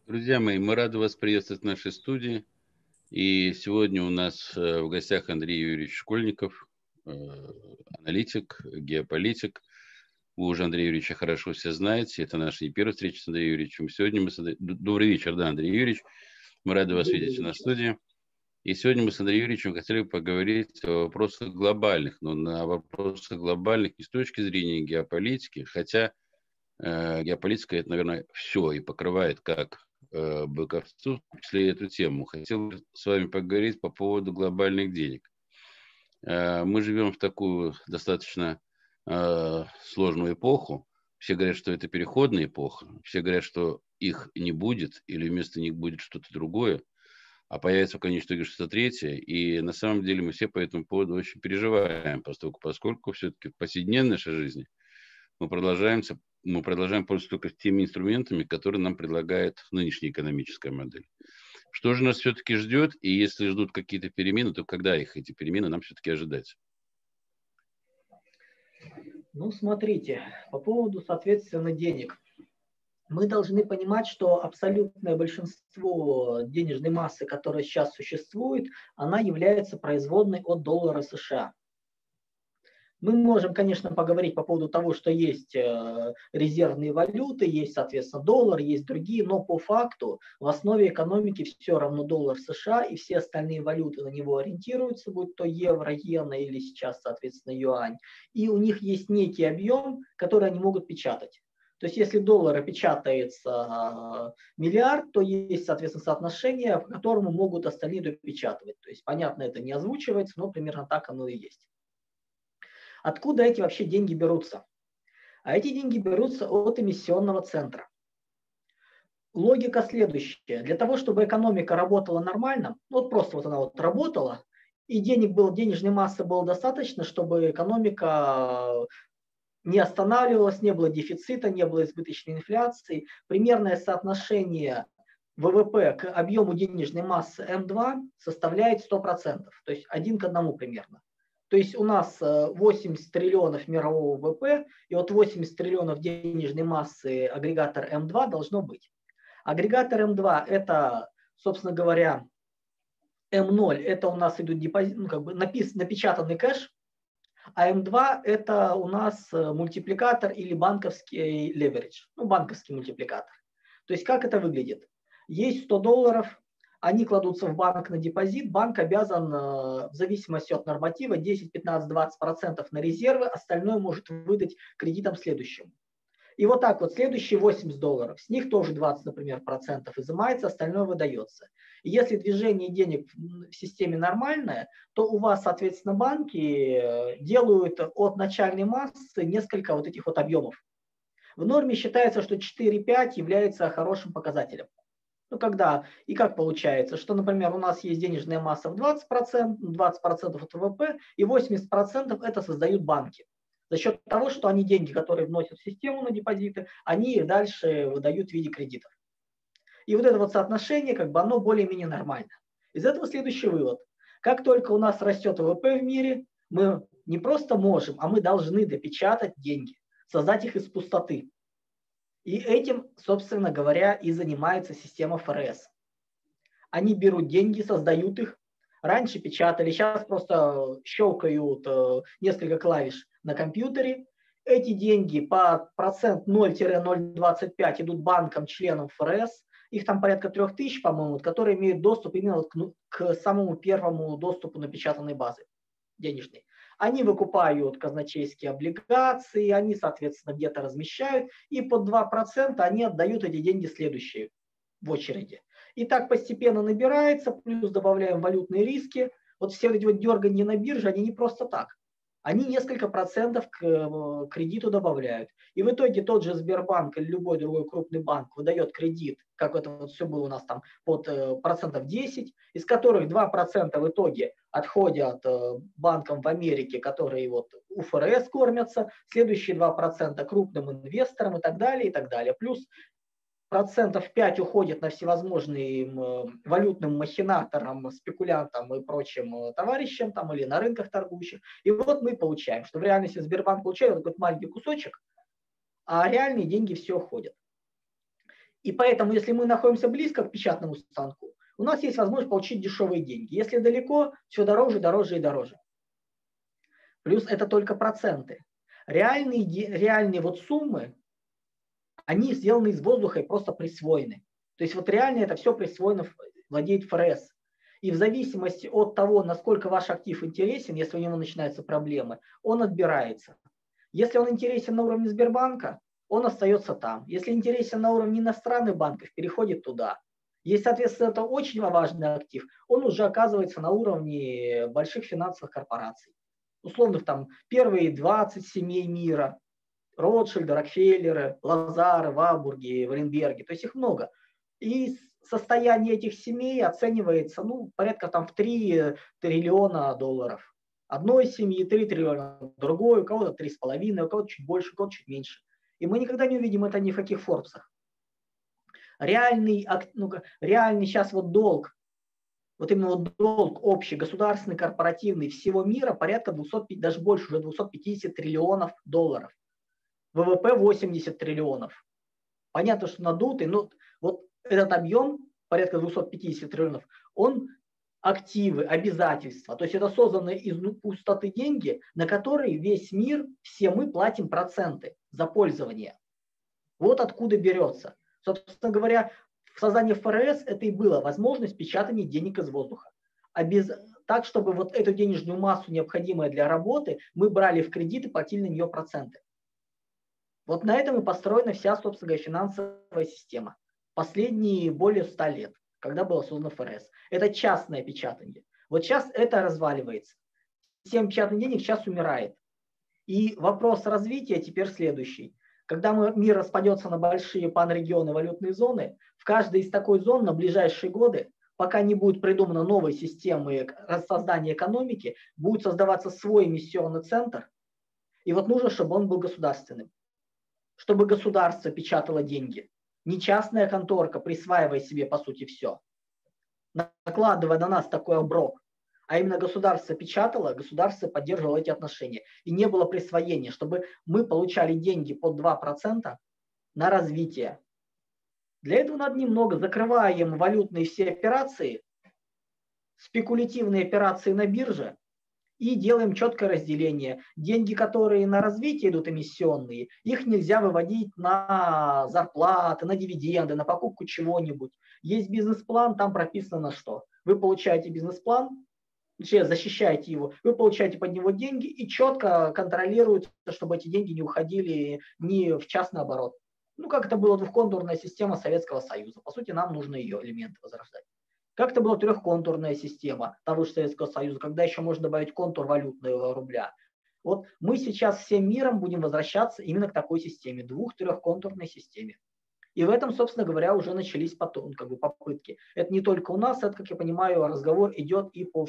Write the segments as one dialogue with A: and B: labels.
A: Друзья мои, мы рады вас приветствовать в нашей студии. И сегодня у нас в гостях Андрей Юрьевич Школьников, э, аналитик, геополитик. Вы уже Андрея Юрьевича хорошо все знаете. Это наша не первая встреча с Андреем Юрьевичем. Сегодня мы Добрый вечер, да, Андрей Юрьевич. Мы рады вас
B: Добрый
A: видеть на
B: вечер.
A: студии. И сегодня мы с Андреем Юрьевичем хотели бы поговорить о вопросах глобальных, но на вопросах глобальных не с точки зрения геополитики, хотя геополитика это, наверное, все и покрывает как Быковцу, в том числе и эту тему. Хотел бы с вами поговорить по поводу глобальных денег. Мы живем в такую достаточно сложную эпоху. Все говорят, что это переходная эпоха. Все говорят, что их не будет или вместо них будет что-то другое. А появится в конечном итоге что-то третье. И на самом деле мы все по этому поводу очень переживаем, поскольку все-таки в повседневной нашей жизни мы продолжаем, мы продолжаем пользоваться только теми инструментами, которые нам предлагает нынешняя экономическая модель. Что же нас все-таки ждет? И если ждут какие-то перемены, то когда эти перемены нам все-таки ожидать?
B: Ну, смотрите, по поводу, соответственно, денег. Мы должны понимать, что абсолютное большинство денежной массы, которая сейчас существует, она является производной от доллара США. Мы можем, конечно, поговорить по поводу того, что есть резервные валюты, есть, соответственно, доллар, есть другие, но по факту в основе экономики все равно доллар США, и все остальные валюты на него ориентируются, будь то евро, иена или сейчас, соответственно, юань. И у них есть некий объем, который они могут печатать. То есть если доллара печатается миллиард, то есть, соответственно, соотношение, по которому могут остальные допечатывать. То есть, понятно, это не озвучивается, но примерно так оно и есть. Откуда эти вообще деньги берутся? А эти деньги берутся от эмиссионного центра. Логика следующая. Для того, чтобы экономика работала нормально, вот просто вот она вот работала, и денежной массы было достаточно, чтобы экономика не останавливалась, не было дефицита, не было избыточной инфляции. Примерное соотношение ВВП к объему денежной массы М2 составляет 100%, то есть 1 к 1 примерно. То есть у нас 80 триллионов мирового ВВП, и вот 80 триллионов денежной массы агрегатор М2 должно быть. Агрегатор М2 это, собственно говоря, М0 это у нас идут депозит, ну, как бы напечатанный кэш, а М2 это у нас мультипликатор или банковский леверидж, ну, банковский мультипликатор. То есть как это выглядит? Есть $100, они кладутся в банк на депозит, банк обязан в зависимости от норматива 10, 15, 20% на резервы, остальное может выдать кредитом следующему. И вот так вот следующие $80, с них тоже 20, например, процентов изымается, остальное выдается. И если движение денег в системе нормальное, то у вас, соответственно, банки делают от начальной массы несколько вот этих вот объемов. В норме считается, что 4-5 является хорошим показателем. Ну, когда и как получается, что, например, у нас есть денежная масса в 20% от ВВП, и 80% это создают банки. За счет того, что они деньги, которые вносят в систему на депозиты, они их дальше выдают в виде кредитов. И вот это вот соотношение, как бы оно более-менее нормально. Из этого следующий вывод. Как только у нас растет ВВП в мире, мы не просто можем, а мы должны допечатать деньги, создать их из пустоты. И этим, собственно говоря, и занимается система ФРС. Они берут деньги, создают их. Раньше печатали, сейчас просто щелкают несколько клавиш на компьютере. Эти деньги по процент 0-0,25 идут банкам, членам ФРС. Их там порядка 3000, по-моему, которые имеют доступ именно к самому первому доступу напечатанной базы денежной. Они выкупают казначейские облигации, они, соответственно, где-то размещают, и под 2% они отдают эти деньги следующие в очереди. И так постепенно набирается, плюс добавляем валютные риски. Вот все эти вот дерганья на бирже, они не просто так. Они несколько процентов к кредиту добавляют. И в итоге тот же Сбербанк или любой другой крупный банк выдает кредит, как это вот все было у нас там, под процентов 10, из которых 2% в итоге отходят банкам в Америке, которые вот у ФРС кормятся, следующие 2% крупным инвесторам и так далее, и так далее. Плюс процентов 5 уходит на всевозможные валютным махинаторам, спекулянтам и прочим товарищам там, или на рынках торгующих. И вот мы получаем, что в реальности Сбербанк получает вот такой маленький кусочек, а реальные деньги все уходят. И поэтому, если мы находимся близко к печатному станку, у нас есть возможность получить дешевые деньги. Если далеко, все дороже, дороже и дороже. Плюс это только проценты. Реальные вот суммы, они сделаны из воздуха и просто присвоены. То есть вот реально это все присвоено, владеет ФРС. И в зависимости от того, насколько ваш актив интересен, если у него начинаются проблемы, он отбирается. Если он интересен на уровне Сбербанка, он остается там. Если интересен на уровне иностранных банков, переходит туда. Если, соответственно, это очень важный актив, он уже оказывается на уровне больших финансовых корпораций. Условных там первые 20 семей мира, Ротшильды, Рокфеллеры, Лазары, Вабурги, Варенберги, то есть их много. И состояние этих семей оценивается порядка там в 3 триллиона долларов. Одной семьи 3 триллиона, другой, у кого-то 3,5, у кого-то чуть больше, у кого-то чуть меньше. И мы никогда не увидим это ни в каких Форбсах. Реальный сейчас вот долг, вот именно вот долг общий, государственный, корпоративный всего мира порядка 200, даже больше, уже 250 триллионов долларов. ВВП 80 триллионов. Понятно, что надутый, но вот этот объем, порядка 250 триллионов, он активы, обязательства. То есть это созданные из пустоты деньги, на которые весь мир, все мы платим проценты за пользование. Вот откуда берется. Собственно говоря, в создании ФРС это и было возможность печатания денег из воздуха. Так, чтобы вот эту денежную массу, необходимую для работы, мы брали в кредит и платили на нее проценты. Вот на этом и построена вся, собственно говоря, финансовая система. Последние более 100 лет, когда было создано ФРС. Это частное печатание. Вот сейчас это разваливается. Система печатания денег сейчас умирает. И вопрос развития теперь следующий. Когда мир распадется на большие панрегионы, валютные зоны, в каждой из такой зон на ближайшие годы, пока не будет придумана новой системы создания экономики, будет создаваться свой эмиссионный центр. И вот нужно, чтобы он был государственным. Чтобы государство печатало деньги. Не частная конторка, присваивая себе, по сути, все. Накладывая на нас такой оброк. А именно государство печатало, государство поддерживало эти отношения. И не было присвоения, чтобы мы получали деньги под 2% на развитие. Для этого надо немного. Закрываем валютные все операции, спекулятивные операции на бирже, и делаем четкое разделение. Деньги, которые на развитие идут эмиссионные, их нельзя выводить на зарплаты, на дивиденды, на покупку чего-нибудь. Есть бизнес-план, там прописано на что. Вы получаете бизнес-план, защищаете его, вы получаете под него деньги и четко контролируете, чтобы эти деньги не уходили ни в частный оборот. Как это была двухконтурная система Советского Союза. По сути, нам нужно ее элементы возрождать. Как это была трехконтурная система того же Советского Союза, когда еще можно добавить контур валютного рубля. Вот мы сейчас всем миром будем возвращаться именно к такой системе, двух-трехконтурной системе. И в этом, собственно говоря, уже начались попытки. Это не только у нас, это, как я понимаю, разговор идет и по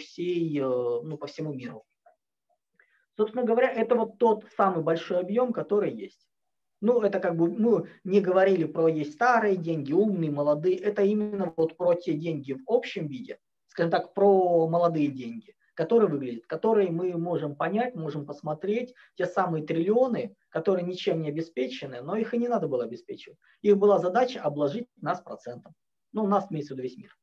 B: всему миру. Собственно говоря, это вот тот самый большой объем, который есть. Это мы не говорили про есть старые деньги, умные, молодые. Это именно вот про те деньги в общем виде, скажем так, про молодые деньги, которые мы можем понять, можем посмотреть. Те самые триллионы, которые ничем не обеспечены, но их и не надо было обеспечивать. Их была задача обложить нас процентом. Нас имеется в виду весь мир.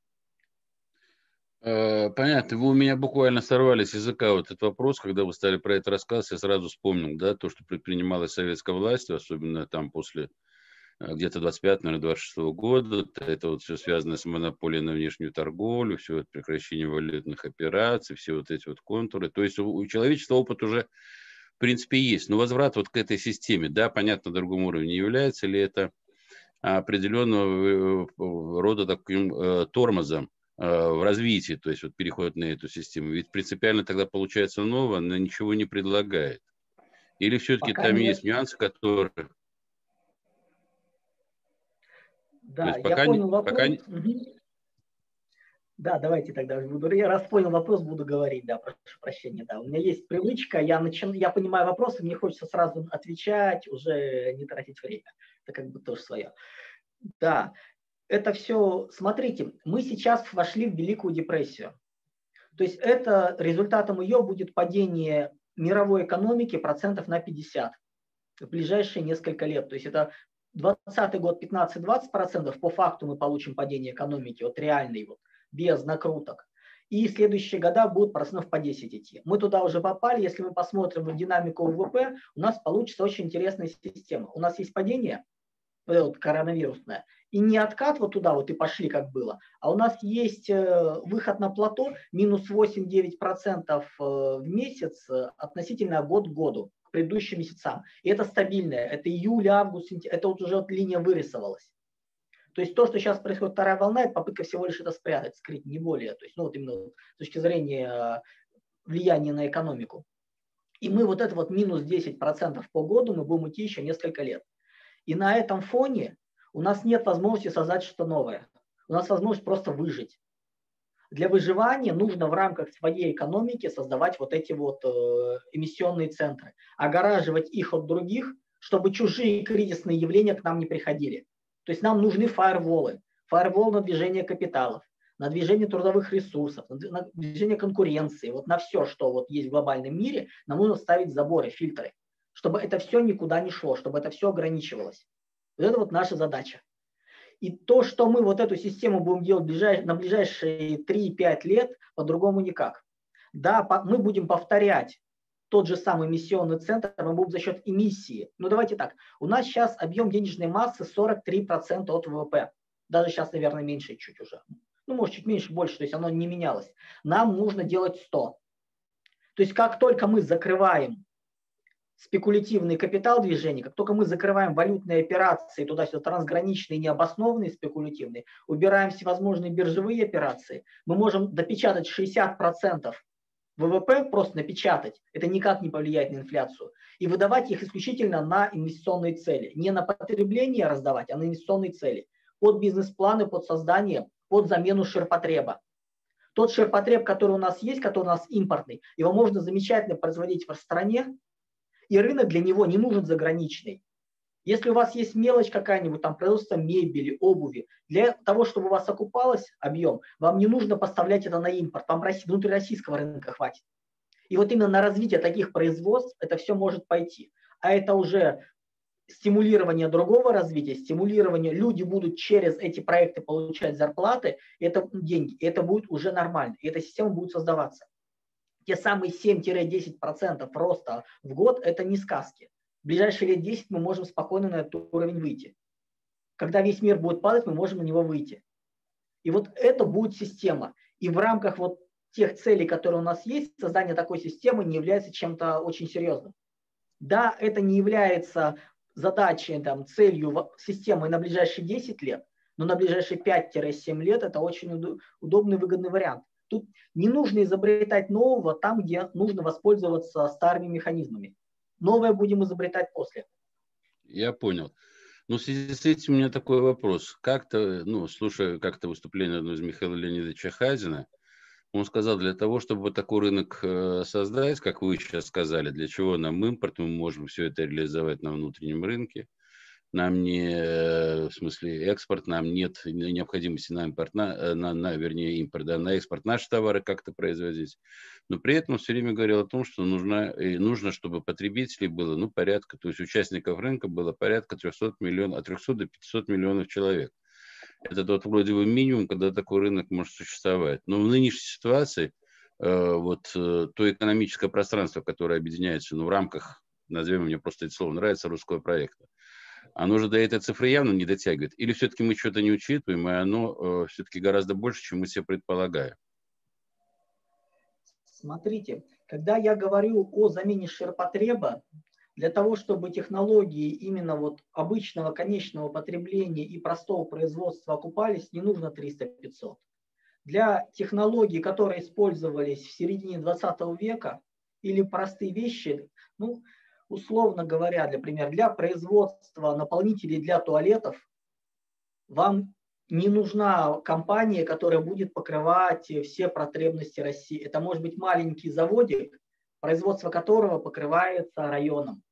A: Понятно. Вы у меня буквально сорвали с языка вот этот вопрос, когда вы стали про это рассказывать, я сразу вспомнил, да, то, что предпринималось советской властью, особенно там после где-то 25, наверное, 26 года. Это вот все связано с монополией на внешнюю торговлю, все это прекращение валютных операций, все вот эти вот контуры. То есть у человечества опыт уже, в принципе, есть. Но возврат вот к этой системе, да, понятно, на другом уровне, является ли это определенного рода таким тормозом в развитии, то есть вот переход на эту систему. Ведь принципиально тогда получается новое, она ничего не предлагает. Или все-таки там есть нюансы, которые...
B: Да, я понял вопрос. Угу. Да, давайте тогда буду. Я раз понял вопрос, буду говорить, да, прошу прощения. Да. У меня есть привычка, я понимаю вопросы, мне хочется сразу отвечать, уже не тратить время. Это тоже свое. Да, это все, смотрите, мы сейчас вошли в Великую депрессию. То есть результатом ее будет падение мировой экономики процентов на 50 в ближайшие несколько лет. То есть это 2020 год 15-20%, по факту мы получим падение экономики, вот реальный, вот, без накруток. И следующие года будут процентов по 10 идти. Мы туда уже попали, если мы посмотрим в динамику ВВП, у нас получится очень интересная система. У нас есть падение, вот, коронавирусное, и не откат вот туда вот и пошли, как было, а у нас есть выход на плато минус 8-9% в месяц относительно год к году, к предыдущим месяцам. И это стабильное, это июль, август, сентябрь, это вот уже вот линия вырисовалась. То есть то, что сейчас происходит вторая волна, это попытка всего лишь это спрятать, скрыть, не более. То есть, ну вот именно с точки зрения влияния на экономику. И мы вот это вот минус 10% по году мы будем идти еще несколько лет. И на этом фоне у нас нет возможности создать что-то новое. У нас возможность просто выжить. Для выживания нужно в рамках своей экономики создавать вот эти вот эмиссионные центры, огораживать их от других, чтобы чужие кризисные явления к нам не приходили. То есть нам нужны фаерволы. Фаервол на движение капиталов, на движение трудовых ресурсов, на движение конкуренции. Вот на все, что вот есть в глобальном мире, нам нужно ставить заборы, фильтры, чтобы это все никуда не шло, чтобы это все ограничивалось. Вот это вот наша задача. И то, что мы вот эту систему будем делать на ближайшие 3-5 лет, по-другому никак. Да, мы будем повторять тот же самый эмиссионный центр, мы будем за счет эмиссии. Ну давайте так, у нас сейчас объем денежной массы 43% от ВВП. Даже сейчас, наверное, меньше чуть уже. Ну, может, чуть меньше, больше, то есть оно не менялось. Нам нужно делать 100. То есть как только мы закрываем спекулятивный капитал движения, как только мы закрываем валютные операции, туда-сюда трансграничные, необоснованные, спекулятивные, убираем всевозможные биржевые операции, мы можем допечатать 60% ВВП, просто напечатать, это никак не повлияет на инфляцию, и выдавать их исключительно на инвестиционные цели. Не на потребление раздавать, а на инвестиционные цели. Под бизнес-планы, под создание, под замену ширпотреба. Тот ширпотреб, который у нас есть, который у нас импортный, его можно замечательно производить в стране, и рынок для него не нужен заграничный. Если у вас есть мелочь какая-нибудь, там производство мебели, обуви, для того, чтобы у вас окупалось объем, вам не нужно поставлять это на импорт, вам внутрироссийского рынка хватит. И вот именно на развитие таких производств это все может пойти. А это уже стимулирование другого развития, стимулирование, люди будут через эти проекты получать зарплаты, это деньги, и это будет уже нормально, и эта система будет создаваться. Те самые 7-10% роста в год – это не сказки. В ближайшие лет 10 мы можем спокойно на этот уровень выйти. Когда весь мир будет падать, мы можем на него выйти. И вот это будет система. И в рамках вот тех целей, которые у нас есть, создание такой системы не является чем-то очень серьезным. Да, это не является задачей, там, целью системы на ближайшие 10 лет, но на ближайшие 5-7 лет это очень удобный и выгодный вариант. Тут не нужно изобретать нового там, где нужно воспользоваться старыми механизмами. Новое будем изобретать после.
A: Я понял. Ну, в связи с этим у меня такой вопрос. Как-то, слушая как-то выступление одного из Михаила Леонидовича Хазина, он сказал, для того, чтобы вот такой рынок создать, как вы сейчас сказали, для чего нам импорт, мы можем все это реализовать на внутреннем рынке, нам не, в смысле, экспорт, нам нет необходимости на импорт, вернее, импорт, да, на экспорт наши товары как-то производить. Но при этом он все время говорил о том, что нужно, чтобы потребителей было, порядка, то есть участников рынка было порядка 300 миллионов, от 300 до 500 миллионов человек. Это тот вроде бы минимум, когда такой рынок может существовать. Но в нынешней ситуации то экономическое пространство, которое объединяется в рамках, назовем, мне просто это слово нравится, русского проекта, оно же до этой цифры явно не дотягивает. Или все-таки мы что-то не учитываем, и оно все-таки гораздо больше, чем мы себе предполагаем?
B: Смотрите, когда я говорю о замене ширпотреба, для того, чтобы технологии именно вот обычного конечного потребления и простого производства окупались, не нужно 300-500. Для технологий, которые использовались в середине 20 века, или простые вещи, условно говоря, например, для производства наполнителей для туалетов, вам не нужна компания, которая будет покрывать все потребности России. Это может быть маленький заводик, производство которого покрывается районом.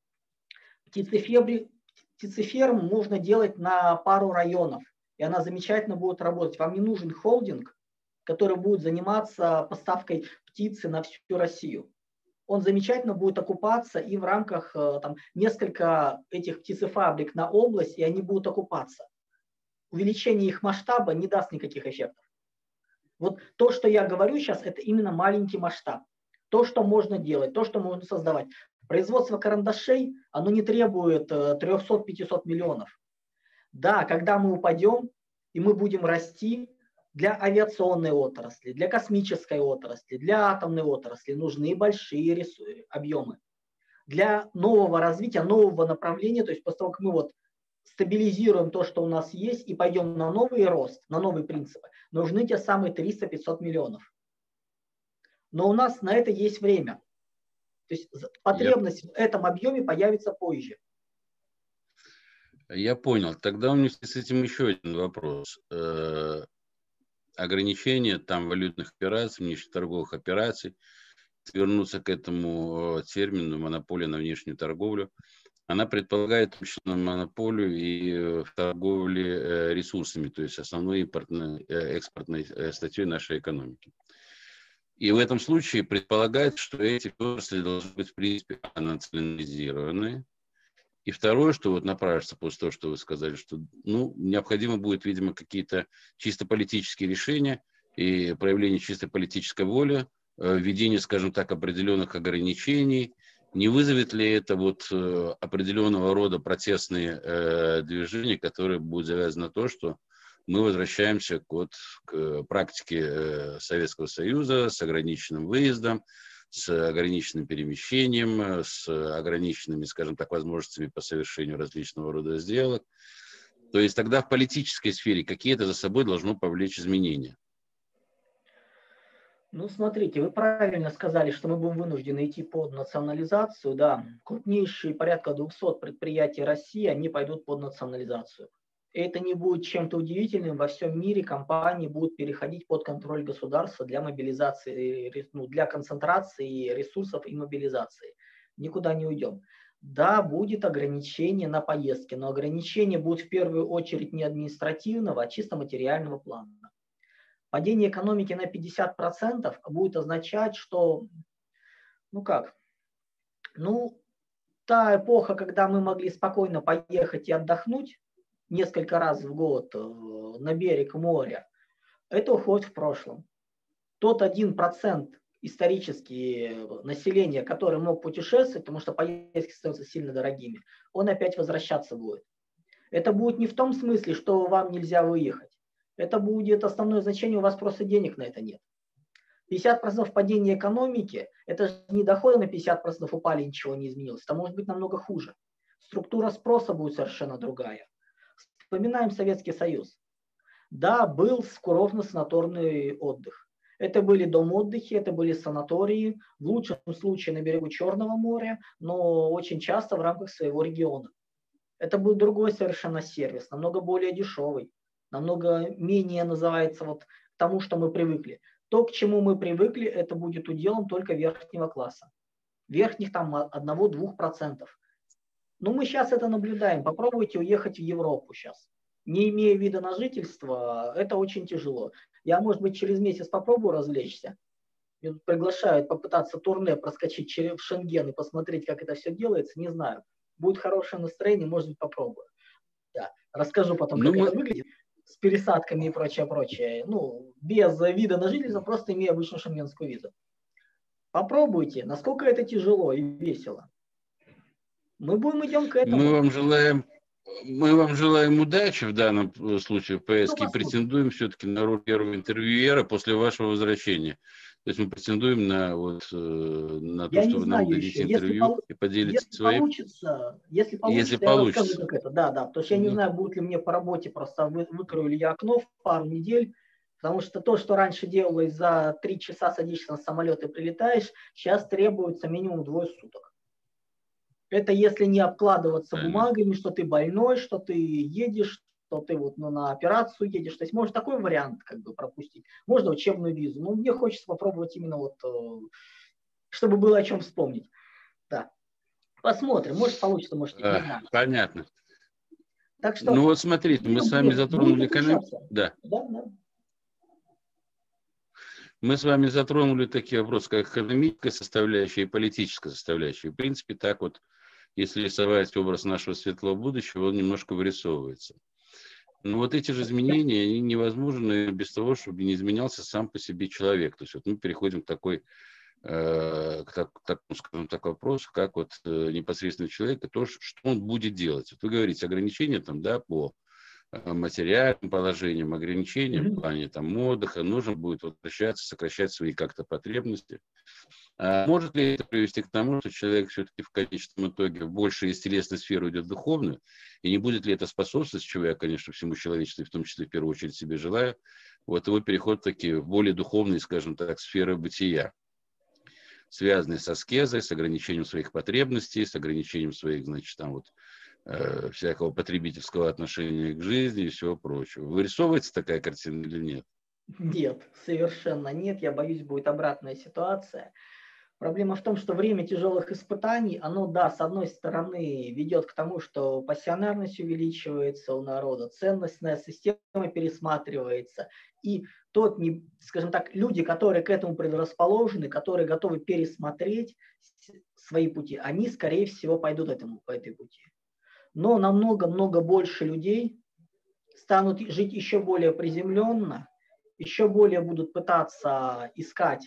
B: Птицеферму можно делать на пару районов, и она замечательно будет работать. Вам не нужен холдинг, который будет заниматься поставкой птицы на всю Россию. Он замечательно будет окупаться и в рамках там, несколько этих птицефабрик на область, и они будут окупаться. Увеличение их масштаба не даст никаких эффектов. Вот то, что я говорю сейчас, это именно маленький масштаб. То, что можно делать, то, что можно создавать. Производство карандашей, оно не требует 300-500 миллионов. Да, когда мы упадем, и мы будем расти, для авиационной отрасли, для космической отрасли, для атомной отрасли нужны большие объемы. Для нового развития, нового направления, то есть после того, как мы вот стабилизируем то, что у нас есть, и пойдем на новый рост, на новые принципы, нужны те самые 300-500 миллионов. Но у нас на это есть время. То есть потребность в этом объеме появится позже.
A: Я понял. Тогда у меня с этим еще один вопрос. Ограничения там валютных операций, внешнеторговых операций, вернуться к этому термину монополия на внешнюю торговлю, она предполагает монополию и в торговле ресурсами, то есть основной экспортной статьей нашей экономики. И в этом случае предполагается, что эти отрасли должны быть в принципе национализированы. И второе, что вот напрашивается после того, что вы сказали, что необходимо будет, видимо, какие-то чисто политические решения и проявление чисто политической воли, введение, скажем так, определенных ограничений. Не вызовет ли это вот определенного рода протестные движения, которые будут завязаны на то, что мы возвращаемся к практике Советского Союза с ограниченным выездом, с ограниченным перемещением, с ограниченными, скажем так, возможностями по совершению различного рода сделок. То есть тогда в политической сфере какие-то за собой должно повлечь изменения.
B: Ну, смотрите, вы правильно сказали, что мы будем вынуждены идти под национализацию. Да, крупнейшие порядка 200 предприятий России, они пойдут под национализацию. Это не будет чем-то удивительным. Во всем мире компании будут переходить под контроль государства для мобилизации, для концентрации ресурсов и мобилизации. Никуда не уйдем. Да, будет ограничение на поездки, но ограничения будут в первую очередь не административного, а чисто материального плана. Падение экономики на 50% будет означать, что, та эпоха, когда мы могли спокойно поехать и отдохнуть несколько раз в год на берег моря, это уходит в прошлом. Тот 1% исторически населения, который мог путешествовать, потому что поездки становятся сильно дорогими, он опять возвращаться будет. Это будет не в том смысле, что вам нельзя выехать. Это будет основное значение, у вас просто денег на это нет. 50% падения экономики, это же не доходы на 50% упали, ничего не изменилось. Это может быть намного хуже. Структура спроса будет совершенно другая. Вспоминаем Советский Союз. Да, был курортно-санаторный отдых. Это были дом-отдыхи, это были санатории, в лучшем случае на берегу Черного моря, но очень часто в рамках своего региона. Это был другой совершенно сервис, намного более дешевый, намного менее называется к тому, что мы привыкли. То, к чему мы привыкли, это будет уделом только верхнего класса. Верхних там 1-2%. Но мы сейчас это наблюдаем. Попробуйте уехать в Европу сейчас. Не имея вида на жительство, это очень тяжело. Я, может быть, через месяц попробую развлечься. Меня приглашают попытаться турне проскочить в Шенген и посмотреть, как это все делается. Не знаю. Будет хорошее настроение, может быть, попробую. Да. Расскажу потом, как это выглядит. С пересадками и прочее. Без вида на жительство, просто имея обычную шенгенскую визу. Попробуйте, насколько это тяжело и весело. Мы идем к этому.
A: Мы вам желаем удачи в данном случае в поездке и претендуем все-таки на роль первого интервьюера после вашего возвращения. То есть мы претендуем на то, что вы нам дадите интервью и поделитесь своим.
B: Если получится, я расскажу, как это. Да, потому что я не знаю, будет ли мне по работе, просто выкрою ли я окно в пару недель, потому что то, что раньше делалось за 3 часа садишься на самолет и прилетаешь, сейчас требуется минимум 2 суток. Это если не обкладываться бумагами, что ты больной, что ты едешь, что ты на операцию едешь. То есть можно такой вариант пропустить. Можно учебную визу. Но мне хочется попробовать именно чтобы было о чем вспомнить. Да. Посмотрим. Может получится, может не знаю.
A: Понятно.
B: Так что,
A: смотрите, мы с вами затронули экономику. Да. Мы с вами затронули такие вопросы, как экономическая составляющая и политическая составляющая. В принципе, так вот, если рисовать образ нашего светлого будущего, он немножко вырисовывается. Но вот эти же изменения, они невозможны без того, чтобы не изменялся сам по себе человек. То есть вот мы переходим к такой, скажем так, вопросу, как вот непосредственно человека, то, что он будет делать. Вот вы говорите, ограничения там, да, по материальным положениям, ограничения в плане там отдыха, нужно будет возвращаться, сокращать свои как-то потребности. А может ли это привести к тому, что человек все-таки в конечном итоге больше из телесной сферы уйдет в духовную? И не будет ли это способствовать, чего я, конечно, всему человечеству, в том числе в первую очередь себе желаю, вот его переход таки в более духовные, скажем так, сферы бытия, связанные с аскезой, с ограничением своих потребностей, с ограничением своих, значит, там вот всякого потребительского отношения к жизни и всего прочего. Вырисовывается такая картина или нет?
B: Нет, совершенно нет. Я боюсь, будет обратная ситуация. Проблема в том, что время тяжелых испытаний, оно, да, с одной стороны, ведет к тому, что пассионарность увеличивается у народа, ценностная система пересматривается, и скажем так, люди, которые к этому предрасположены, которые готовы пересмотреть свои пути, они, скорее всего, пойдут по этой пути. Но намного-много больше людей станут жить еще более приземленно, еще более будут пытаться искать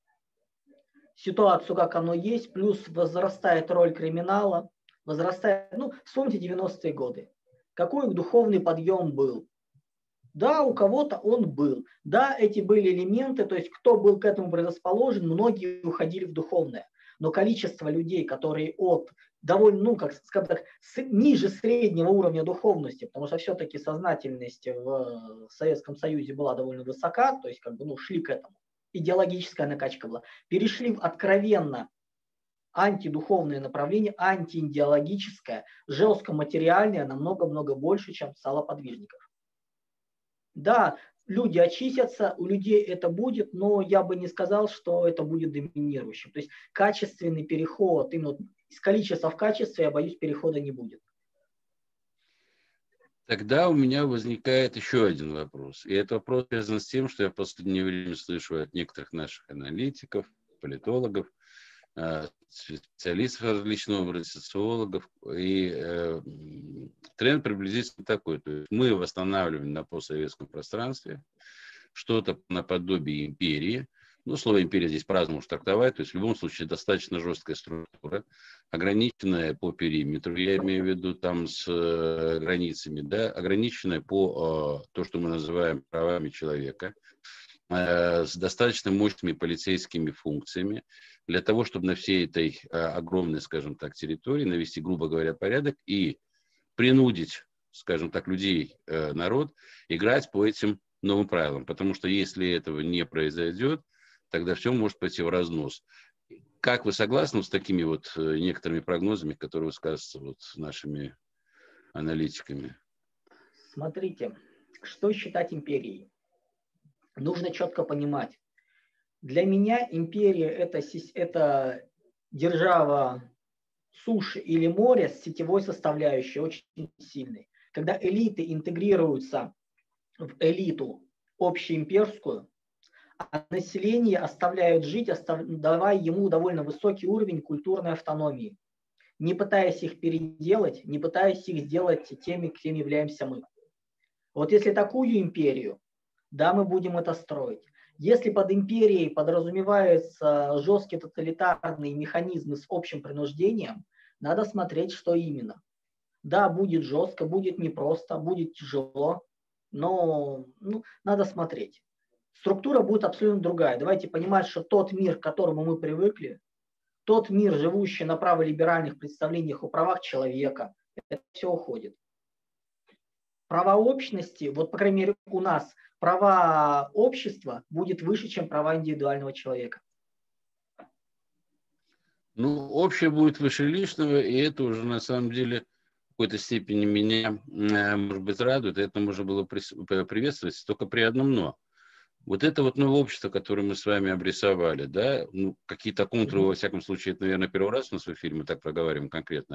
B: ситуацию, как оно есть, плюс возрастает роль криминала, возрастает, вспомните 90-е годы. Какой духовный подъем был? Да, у кого-то он был. Да, эти были элементы, то есть кто был к этому предрасположен, многие уходили в духовное. Но количество людей, которые от довольно, как скажем так, ниже среднего уровня духовности, потому что все-таки сознательность в Советском Союзе была довольно высока, то есть шли к этому, идеологическая накачка была, перешли в откровенно антидуховное направление, антиидеологическое, жестко материальное, намного-много больше, чем стало подвижников. Да, люди очистятся, у людей это будет, но я бы не сказал, что это будет доминирующим. То есть качественный переход, именно из количества в качество, я боюсь, перехода не будет.
A: Тогда у меня возникает еще один вопрос. И этот вопрос связан с тем, что я в последнее время слышу от некоторых наших аналитиков, политологов, специалистов различного образа, социологов. И тренд приблизительно такой. То есть мы восстанавливаем на постсоветском пространстве что-то наподобие империи. Слово империя здесь по-разному трактовать. То есть в любом случае достаточно жесткая структура, ограниченная по периметру, я имею в виду там с границами, да, ограниченная по то, что мы называем правами человека, с достаточно мощными полицейскими функциями, для того, чтобы на всей этой огромной, скажем так, территории навести, грубо говоря, порядок и принудить, скажем так, людей, народ, играть по этим новым правилам. Потому что если этого не произойдет, тогда все может пойти в разнос. Как вы согласны с такими вот некоторыми прогнозами, которые высказываются вот нашими аналитиками?
B: Смотрите, что считать империей? Нужно четко понимать. Для меня империя это держава суши или моря с сетевой составляющей очень сильной. Когда элиты интегрируются в элиту общеимперскую, а население оставляют жить, давая ему довольно высокий уровень культурной автономии, не пытаясь их переделать, не пытаясь их сделать теми, кем являемся мы. Вот если такую империю, да, мы будем это строить. Если под империей подразумеваются жесткие тоталитарные механизмы с общим принуждением, надо смотреть, что именно. Да, будет жестко, будет непросто, будет тяжело, но надо смотреть. Структура будет абсолютно другая. Давайте понимать, что тот мир, к которому мы привыкли, тот мир, живущий на праволиберальных представлениях о правах человека, это все уходит. Права общности, вот, по крайней мере, у нас права общества будет выше, чем права индивидуального человека.
A: Общее будет выше личного, и это уже на самом деле в какой-то степени меня, может быть, радует. Это можно было приветствовать только при одном «но». Вот это вот новое общество, которое мы с вами обрисовали, да, какие-то контуры, во всяком случае, это, наверное, первый раз у нас в эфире мы так проговариваем конкретно,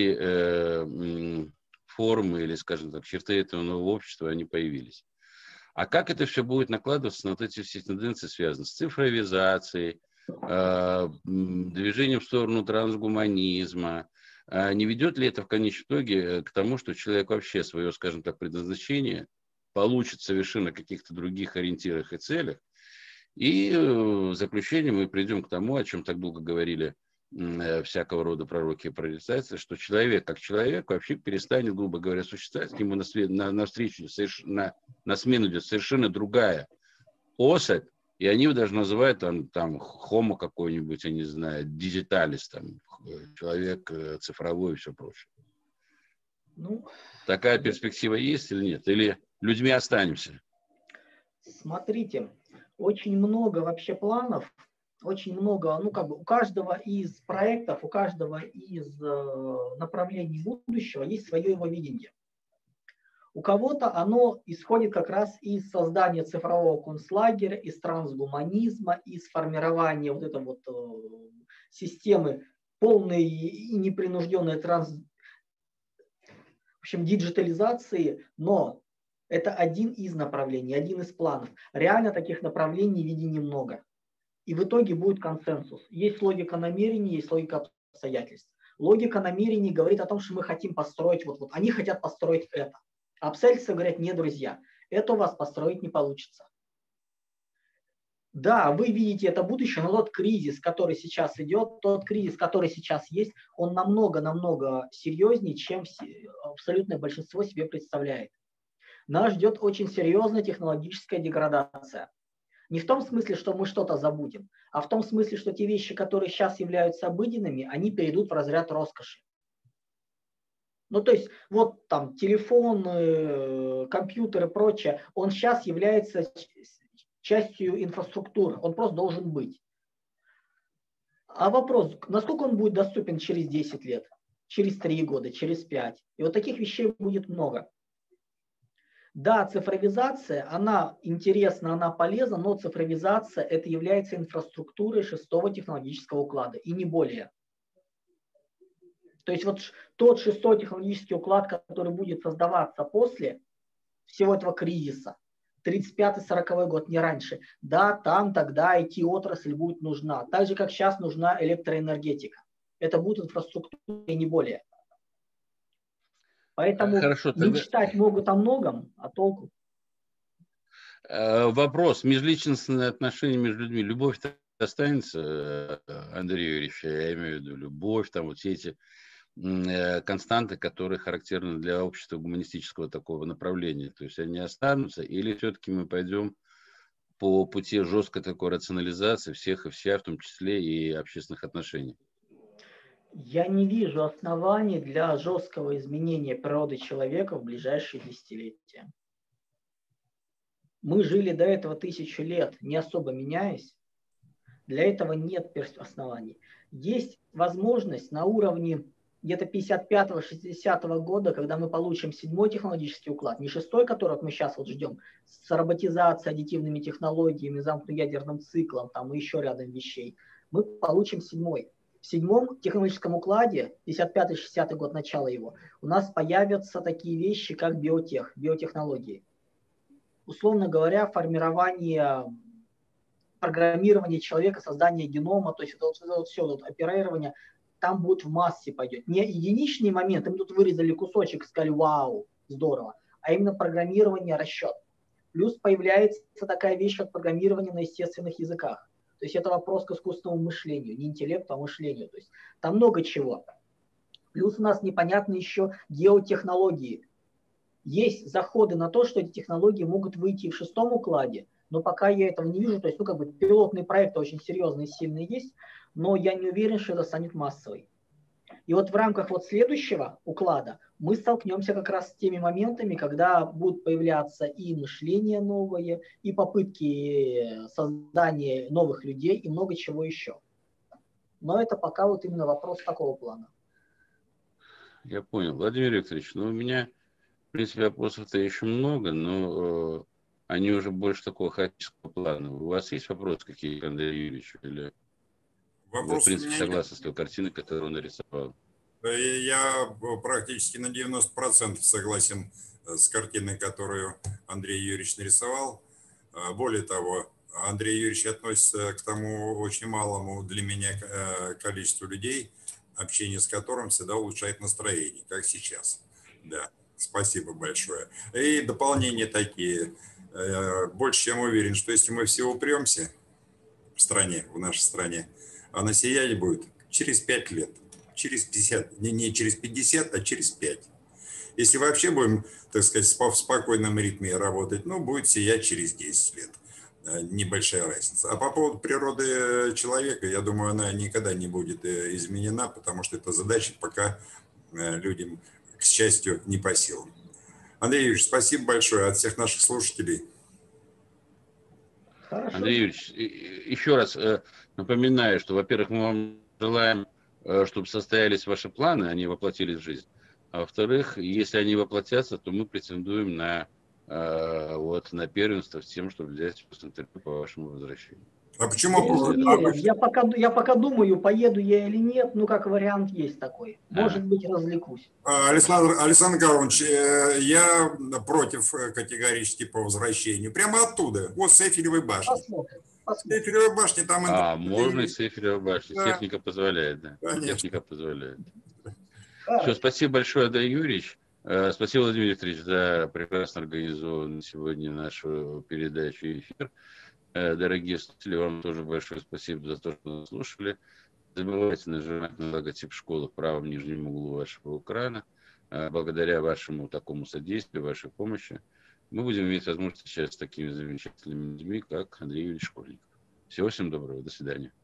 A: эти формы или, скажем так, черты этого нового общества, они появились. А как это все будет накладываться на вот эти все тенденции, связанные с цифровизацией, движением в сторону трансгуманизма? Не ведет ли это в конечном итоге к тому, что человек вообще свое, скажем так, предназначение получит совершенно каких-то других ориентирах и целях? И в заключение мы придем к тому, о чем так долго говорили всякого рода пророки и прорицатели, что человек как человек вообще перестанет, грубо говоря, существовать, к нему навстречу, на смену идет совершенно другая особь, и они его даже называют там хомо какой-нибудь, я не знаю, дигиталис, там, человек цифровой и все прочее. Ну, такая перспектива есть или нет? Или людьми останемся?
B: Смотрите, очень много вообще планов, очень много, ну как бы у каждого из проектов, у каждого из направлений будущего есть свое его видение. У кого-то оно исходит как раз из создания цифрового концлагеря, из трансгуманизма, из формирования вот этой вот системы полной и непринужденной в общем, диджитализации, но это один из направлений, один из планов. Реально таких направлений и видений много. И в итоге будет консенсус. Есть логика намерений, есть логика обстоятельств. Логика намерений говорит о том, что мы хотим построить вот. Они хотят построить это. А обстоятельства говорят: нет, друзья, это у вас построить не получится. Да, вы видите это будущее, но тот кризис, который сейчас идет, тот кризис, который сейчас есть, он намного серьезнее, чем абсолютное большинство себе представляет. Нас ждет очень серьезная технологическая деградация. Не в том смысле, что мы что-то забудем, а в том смысле, что те вещи, которые сейчас являются обыденными, они перейдут в разряд роскоши. Ну, то есть, вот там телефон, компьютер и прочее, он сейчас является частью инфраструктуры, он просто должен быть. А вопрос, насколько он будет доступен через 10 лет, через 3 года, через 5? И вот таких вещей будет много. Да, цифровизация, она интересна, она полезна, но цифровизация это является инфраструктурой 6-го технологического уклада, и не более. То есть вот тот 6-й технологический уклад, который будет создаваться после всего этого кризиса, 35-40 год, не раньше, да, там тогда IT-отрасль будет нужна, так же, как сейчас нужна электроэнергетика. Это будет инфраструктура и не более. Поэтому
A: хорошо,
B: мечтать могут о многом, а толку?
A: Вопрос. Межличностные отношения между людьми. Любовь-то останется, Андрей Юрьевич, я имею в виду любовь, там вот все эти константы, которые характерны для общества гуманистического такого направления. То есть они останутся, или все-таки мы пойдем по пути жесткой такой рационализации всех и вся, в том числе и общественных отношений?
B: Я не вижу оснований для жесткого изменения природы человека в ближайшие десятилетия. Мы жили до этого 1000 лет, не особо меняясь. Для этого нет оснований. Есть возможность на уровне где-то 55-60 года, когда мы получим 7-й технологический уклад, не 6-й, который мы сейчас вот ждем, с роботизацией, аддитивными технологиями, замкнутым ядерным циклом, там и еще рядом вещей, мы получим 7-й. В 7-м технологическом укладе, 55-60 год, начала его, у нас появятся такие вещи, как биотехнологии. Условно говоря, формирование, программирование человека, создание генома, то есть это вот все вот оперирование, там будет в массе пойдет. Не единичный момент, им тут вырезали кусочек, сказали: вау, здорово, а именно программирование, расчет. Плюс появляется такая вещь, как программирование на естественных языках. То есть это вопрос к искусственному мышлению, не интеллекту, а мышлению. То есть там много чего. Плюс у нас непонятны еще геотехнологии. Есть заходы на то, что эти технологии могут выйти в 6-м укладе, но пока я этого не вижу. То есть, как бы пилотные проекты очень серьезные, сильные есть, но я не уверен, что это станет массовой. И вот в рамках вот следующего уклада мы столкнемся как раз с теми моментами, когда будут появляться и мышление новое, и попытки создания новых людей, и много чего еще. Но это пока вот именно вопрос такого плана.
A: Я понял. Владимир Викторович, ну у меня, в принципе, вопросов-то еще много, но они уже больше такого хаотического плана. У вас есть вопросы какие-то к Андрею Юрьевичу? Или вы, в принципе, согласны с той картиной, которую он нарисовал?
C: Я практически на 90% согласен с картиной, которую Андрей Юрьевич нарисовал. Более того, Андрей Юрьевич относится к тому очень малому для меня количеству людей, общение с которым всегда улучшает настроение, как сейчас. Да, спасибо большое. И дополнения такие. Больше чем уверен, что если мы все упремся в стране, в нашей стране, она сиять будет через 5 лет, через 50, не через 50, а через 5. Если вообще будем, так сказать, в спокойном ритме работать, ну, будет сиять через 10 лет. Небольшая разница. А по поводу природы человека, я думаю, она никогда не будет изменена, потому что эта задача пока людям, к счастью, не по силам. Андрей Юрьевич, спасибо большое от всех наших слушателей.
B: Хорошо.
A: Андрей Юрьевич, еще раз напоминаю, что, во-первых, мы вам желаем, чтобы состоялись ваши планы, они воплотились в жизнь. А во-вторых, если они воплотятся, то мы претендуем на первенство с тем, чтобы взять интервью по вашему возвращению.
C: А почему?
B: Я пока думаю, поеду я или нет, ну как вариант есть такой. Может быть, развлекусь.
C: Александр Карлович, я против категорически по возвращению. Прямо оттуда, вот с Эйфелевой башни.
B: Посмотрим.
C: С Эйфелевой башни там...
A: можно и с Эйфелевой башни. Да. Техника позволяет, да. Конечно. Техника позволяет. Все, спасибо большое, Андрей Юрьевич. Спасибо, Владимир Викторович, за прекрасно организованную сегодня нашу передачу и эфир. Дорогие слушатели, вам тоже большое спасибо за то, что нас слушали. Не забывайте нажимать на логотип школы в правом нижнем углу вашего экрана. Благодаря вашему такому содействию, вашей помощи, мы будем иметь возможность общаться с такими замечательными людьми, как Андрей Юрьевич Школьников. Всего всем доброго. До свидания.